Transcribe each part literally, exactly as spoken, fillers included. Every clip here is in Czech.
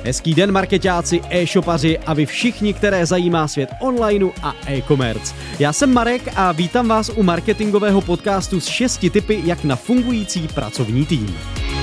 Hezký den, markeťáci, e-shopaři a vy všichni, které zajímá svět onlineu a e-commerce. Já jsem Marek a vítám vás u marketingového podcastu s šesti tipy, jak na fungující pracovní tým.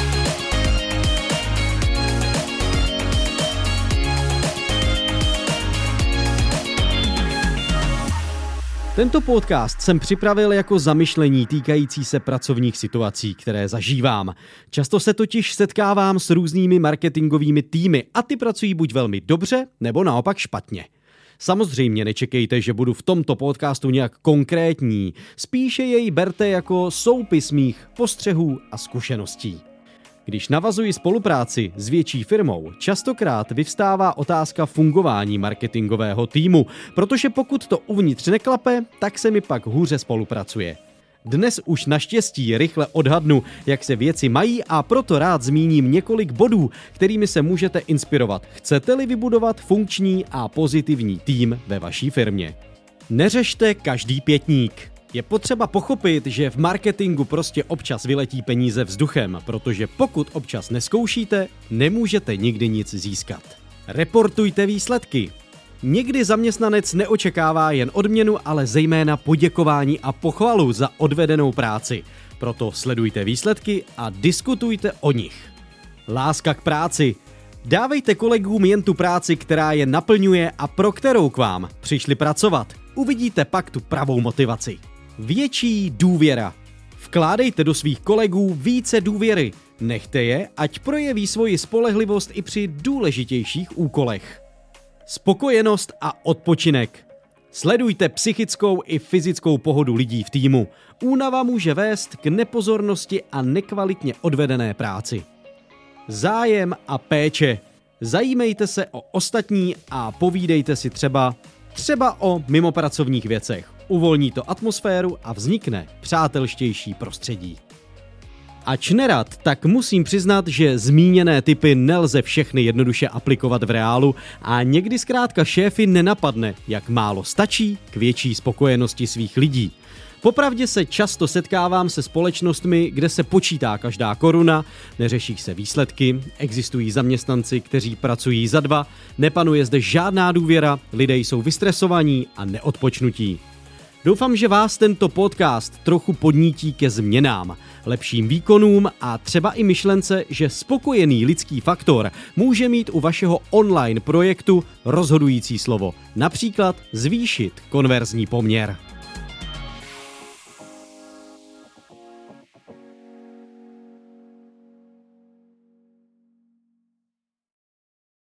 Tento podcast jsem připravil jako zamyšlení týkající se pracovních situací, které zažívám. Často se totiž setkávám s různými marketingovými týmy a ty pracují buď velmi dobře, nebo naopak špatně. Samozřejmě nečekejte, že budu v tomto podcastu nějak konkrétní, spíše jej berte jako soupis mých postřehů a zkušeností. Když navazuji spolupráci s větší firmou, častokrát vyvstává otázka fungování marketingového týmu, protože pokud to uvnitř neklape, tak se mi pak hůře spolupracuje. Dnes už naštěstí rychle odhadnu, jak se věci mají a proto rád zmíním několik bodů, kterými se můžete inspirovat, chcete-li vybudovat funkční a pozitivní tým ve vaší firmě. Neřešte každý pětník. Je potřeba pochopit, že v marketingu prostě občas vyletí peníze vzduchem, protože pokud občas neskoušíte, nemůžete nikdy nic získat. Reportujte výsledky. Někdy zaměstnanec neočekává jen odměnu, ale zejména poděkování a pochvalu za odvedenou práci. Proto sledujte výsledky a diskutujte o nich. Láska k práci. Dávejte kolegům jen tu práci, která je naplňuje a pro kterou k vám přišli pracovat. Uvidíte pak tu pravou motivaci. Větší důvěra. Vkládejte do svých kolegů více důvěry. Nechte je, ať projeví svoji spolehlivost i při důležitějších úkolech. Spokojenost a odpočinek. Sledujte psychickou i fyzickou pohodu lidí v týmu. Únava může vést k nepozornosti a nekvalitně odvedené práci. Zájem a péče. Zajímejte se o ostatní a povídejte si třeba, třeba o mimopracovních věcech. Uvolní to atmosféru a vznikne přátelštější prostředí. Ač nerad, tak musím přiznat, že zmíněné tipy nelze všechny jednoduše aplikovat v reálu a někdy zkrátka šéfy nenapadne, jak málo stačí k větší spokojenosti svých lidí. Popravdě se často setkávám se společnostmi, kde se počítá každá koruna, neřeší se výsledky, existují zaměstnanci, kteří pracují za dva, nepanuje zde žádná důvěra, lidé jsou vystresovaní a neodpočnutí. Doufám, že vás tento podcast trochu podnítí ke změnám, lepším výkonům a třeba i myšlence, že spokojený lidský faktor může mít u vašeho online projektu rozhodující slovo, například zvýšit konverzní poměr.